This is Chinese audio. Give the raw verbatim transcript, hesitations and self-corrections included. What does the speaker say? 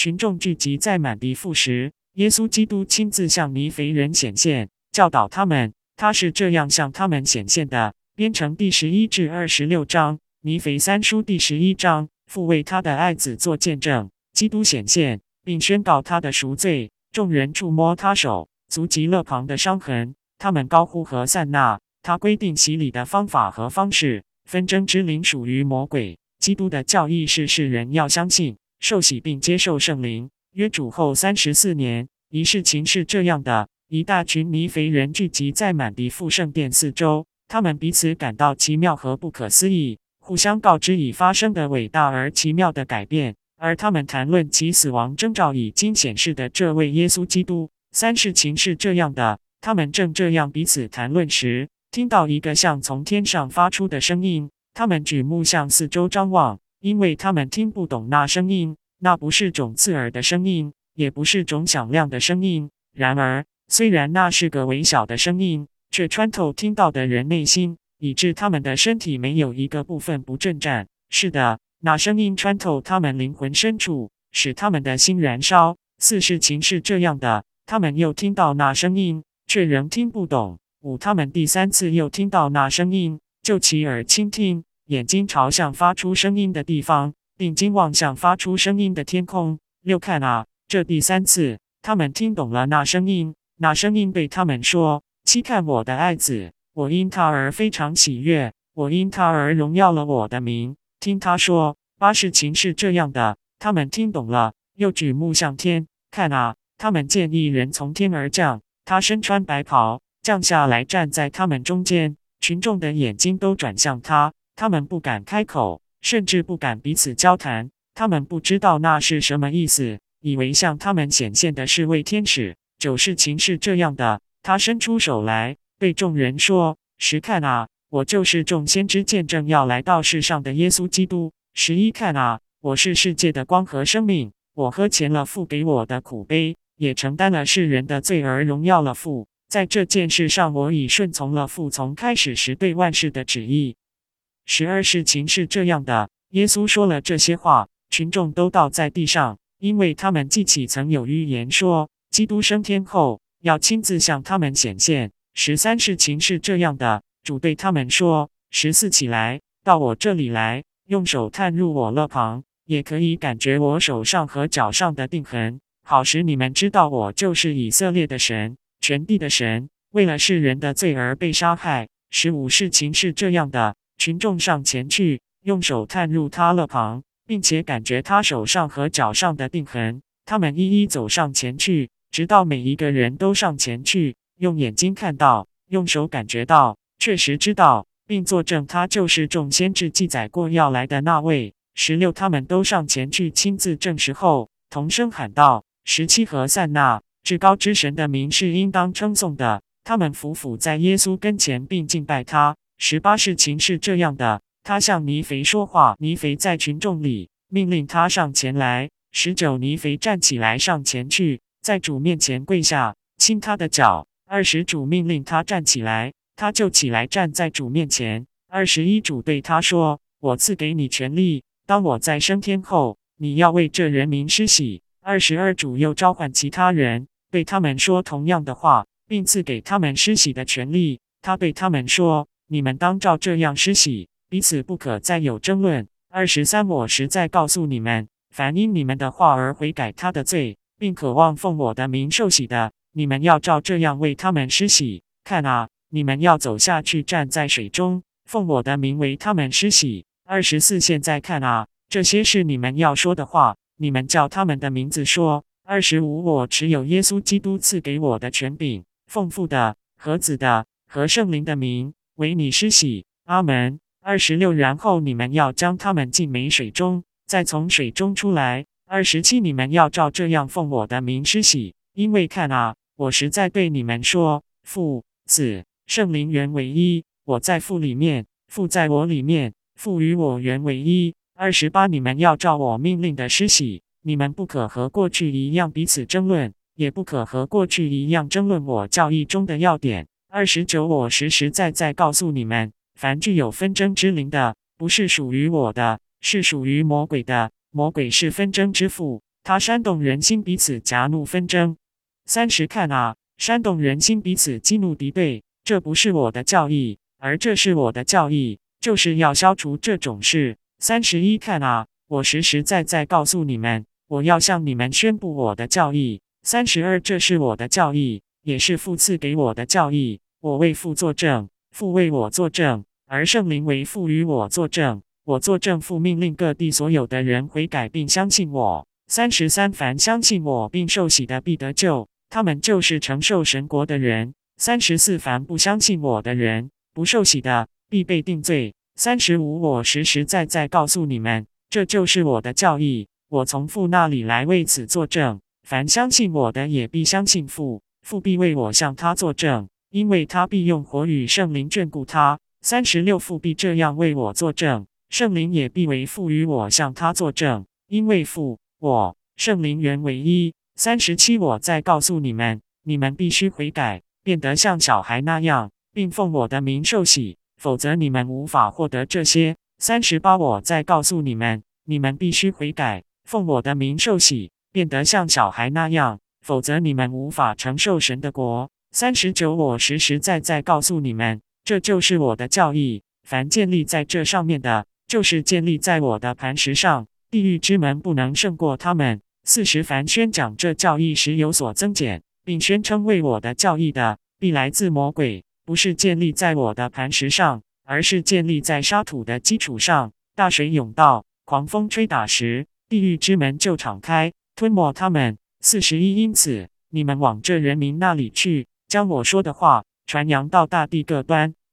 群众聚集在满地富时，耶稣基督亲自向尼腓人显现，教导他们，他是这样向他们显现的。编成第十一至二十六章，尼腓三书第十一章，父为他的爱子作见证，基督显现，并宣告他的赎罪。众人触摸他手、足及肋旁的伤痕，他们高呼和散那。他规定洗礼的方法和方式。纷争之灵属于魔鬼。基督的教义是世人要相信、受洗并接受圣灵。约主后三十四年，一事情是这样的：一大群尼腓人聚集在满地富圣殿四周，他们彼此感到奇妙和不可思议，互相告知已发生的伟大而奇妙的改变，而他们谈论其死亡征兆已经显示的这位耶稣基督。三事情是这样的：他们正这样彼此谈论时，听到一个像从天上发出的声音，他们举目向四周张望，因为他们听不懂那声音，那不是种刺耳的声音，也不是种响亮的声音。然而，虽然那是个微小的声音，却穿透听到的人内心，以致他们的身体没有一个部分不震颤。是的，那声音穿透他们灵魂深处，使他们的心燃烧。四事情是这样的：他们又听到那声音，却仍听不懂。五，他们第三次又听到那声音，就起耳倾听，眼睛朝向发出声音的地方，定睛望向发出声音的天空。六，看啊，这第三次，他们听懂了那声音。那声音对他们说：期看我的爱子，我因他而非常喜悦，我因他而荣耀了我的名。听他说。八，事情是这样的：他们听懂了，又举目向天，看啊，他们见一人从天而降，他身穿白袍，降下来站在他们中间，群众的眼睛都转向他，他们不敢开口，甚至不敢彼此交谈，他们不知道那是什么意思，以为向他们显现的是位天使。九，事情是这样的：他伸出手来，对众人说：十，看啊，我就是众先知见证要来到世上的耶稣基督。十一，看啊，我是世界的光和生命，我喝前了父给我的苦杯，也承担了世人的罪而荣耀了父。在这件事上，我已顺从了父从开始时对万事的旨意。十二，事情是这样的：耶稣说了这些话，群众都倒在地上，因为他们记起曾有预言说，基督升天后，要亲自向他们显现。十三，事情是这样的：主对他们说：十四，起来，到我这里来，用手探入我肋旁，也可以感觉我手上和脚上的钉痕，好使你们知道我就是以色列的神，全地的神，为了世人的罪而被杀害。十五，事情是这样的：群众上前去，用手探入他肋旁，并且感觉他手上和脚上的钉痕。他们一一走上前去，直到每一个人都上前去，用眼睛看到，用手感觉到，确实知道，并作证他就是众先知记载过要来的那位。十六，他们都上前去亲自证实后，同声喊道：十七，和散那，至高之神的名是应当称颂的。他们俯伏在耶稣跟前并敬拜他。十八，事情是这样的：他向尼腓说话，尼腓在群众里，命令他上前来。十九，尼腓站起来上前去，在主面前跪下，亲他的脚。二十，主命令他站起来，他就起来站在主面前。二十一，主对他说：我赐给你权力，当我在升天后，你要为这人民施洗。二十二，主又召唤其他人，对他们说同样的话，并赐给他们施洗的权利。他对他们说：你们当照这样施洗，彼此不可再有争论。二十三，我实在告诉你们，凡因你们的话而悔改他的罪，并渴望奉我的名受洗的，你们要照这样为他们施洗。看啊，你们要走下去，站在水中，奉我的名为他们施洗。二十四，现在看啊，这些是你们要说的话，你们叫他们的名字说。二十五，我持有耶稣基督赐给我的权柄，奉父的、和子的、和圣灵的名，为你施洗。阿门。二十六，然后你们要将他们浸没水中，再从水中出来。二十七，你们要照这样奉我的名施洗，因为看啊，我实在对你们说，父、子、圣灵原为一，我在父里面，父在我里面，父与我原为一。二十八，你们要照我命令的施洗，你们不可和过去一样彼此争论，也不可和过去一样争论我教义中的要点。二十九，我实实在在告诉你们，凡具有纷争之灵的，不是属于我的，是属于魔鬼的。魔鬼是纷争之父。 他煽动人心彼此夹怒纷争。三十看啊，煽动人心彼此激怒敌对，这不是我的教义，而这是我的教义，就是要消除这种事。三十一看啊，我实实在在告诉你们，我要向你们宣布我的教义。三十二这是我的教义，也是父赐给我的教义，我为父作证，父为我作证，而圣灵为父与我作证。我作证，父命令各地所有的人悔改并相信我。三十三凡相信我并受洗的必得救，他们就是承受神国的人。三十四凡不相信我的人，不受洗的，必被定罪。三十五我实实在在告诉你们，这就是我的教义，我从父那里来为此作证。凡相信我的也必相信父，父必为我向他作证，因为他必用火与圣灵眷顾他。三十六父必这样为我作证，圣灵也必为父与我向他作证，因为父、我、圣灵原为一。三十七我再告诉你们，你们必须悔改，变得像小孩那样，并奉我的名受洗，否则你们无法获得这些。三十八我再告诉你们，你们必须悔改，奉我的名受洗，变得像小孩那样，否则你们无法承受神的国。三十九我实实在在告诉你们，这就是我的教义，凡建立在这上面的，就是建立在我的磐石上，地狱之门不能胜过他们。四十凡宣讲这教义时有所增减，并宣称为我的教义的，必来自魔鬼，不是建立在我的磐石上，而是建立在沙土的基础上。大水涌到，狂风吹打时，地狱之门就敞开，吞没他们。四十一因此，你们往这人民那里去，将我说的话传扬到大地各端。